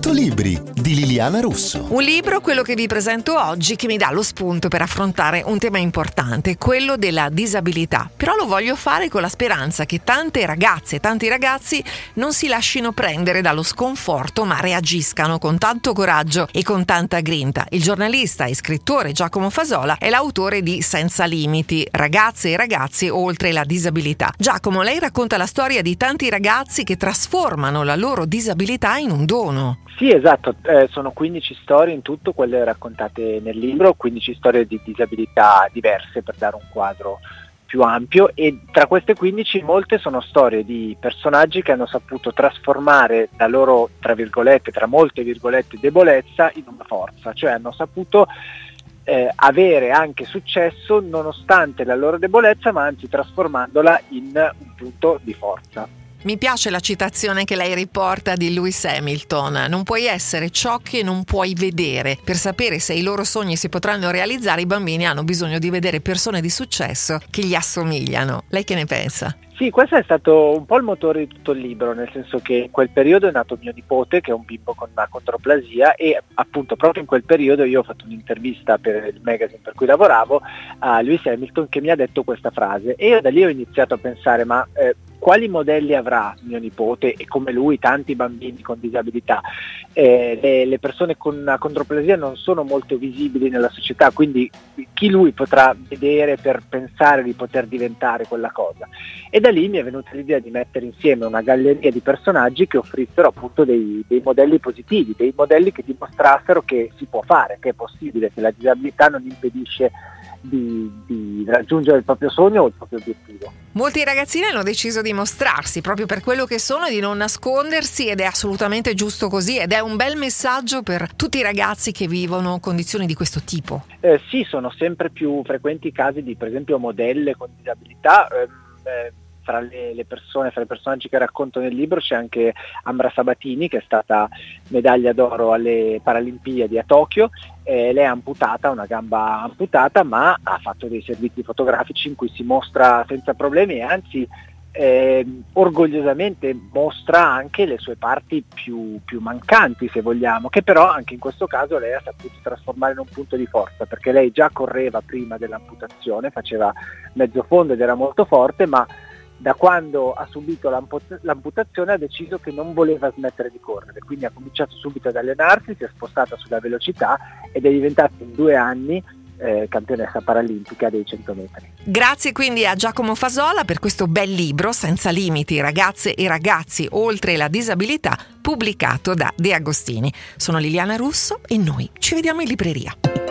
100 libri di Liliana Russo. Un libro, quello che vi presento oggi, che mi dà lo spunto per affrontare un tema importante, quello della disabilità. Però lo voglio fare con la speranza che tante ragazze e tanti ragazzi non si lascino prendere dallo sconforto, ma reagiscano con tanto coraggio e con tanta grinta. Il giornalista e scrittore Giacomo Fasola è l'autore di Senza limiti, ragazze e ragazzi oltre la disabilità. Giacomo, lei racconta la storia di tanti ragazzi che trasformano la loro disabilità in un dono. Sì, esatto, sono 15 storie in tutto, quelle raccontate nel libro, 15 storie di disabilità diverse per dare un quadro più ampio, e tra queste 15 molte sono storie di personaggi che hanno saputo trasformare la loro, tra molte virgolette, debolezza in una forza, cioè hanno saputo avere anche successo nonostante la loro debolezza, ma anzi trasformandola in un punto di forza. Mi piace la citazione che lei riporta di Lewis Hamilton: non puoi essere ciò che non puoi vedere. Per sapere se i loro sogni si potranno realizzare, i bambini hanno bisogno di vedere persone di successo che gli assomigliano. Lei che ne pensa? Sì, questo è stato un po' il motore di tutto il libro, nel senso che in quel periodo è nato mio nipote, che è un bimbo con una condroplasia, e appunto proprio in quel periodo io ho fatto un'intervista per il magazine per cui lavoravo a Lewis Hamilton, che mi ha detto questa frase, e io da lì ho iniziato a pensare quali modelli avrà mio nipote, e come lui tanti bambini con disabilità. Le persone con una condroplasia non sono molto visibili nella società, quindi chi lui potrà vedere per pensare di poter diventare quella cosa. E da lì mi è venuta l'idea di mettere insieme una galleria di personaggi che offrissero appunto dei modelli positivi, dei modelli che dimostrassero che si può fare, che è possibile, che la disabilità non impedisce di raggiungere il proprio sogno o il proprio obiettivo. Molti ragazzini hanno deciso di mostrarsi proprio per quello che sono e di non nascondersi, ed è assolutamente giusto così, ed è un bel messaggio per tutti i ragazzi che vivono condizioni di questo tipo. Sì, sono sempre più frequenti i casi di, per esempio, modelle con disabilità. Fra i personaggi che racconto nel libro c'è anche Ambra Sabatini, che è stata medaglia d'oro alle Paralimpiadi a Tokyo. Lei è amputata, una gamba amputata, ma ha fatto dei servizi fotografici in cui si mostra senza problemi, e anzi orgogliosamente mostra anche le sue parti più mancanti, se vogliamo, che però anche in questo caso lei ha saputo trasformare in un punto di forza, perché lei già correva prima dell'amputazione, faceva mezzo fondo ed era molto forte, ma da quando ha subito l'amputazione ha deciso che non voleva smettere di correre, quindi ha cominciato subito ad allenarsi, si è spostata sulla velocità ed è diventata in 2 anni campionessa paralimpica dei 100 metri. Grazie quindi a Giacomo Fasola per questo bel libro Senza limiti, ragazze e ragazzi oltre la disabilità, pubblicato da De Agostini. Sono Liliana Russo e noi ci vediamo in libreria.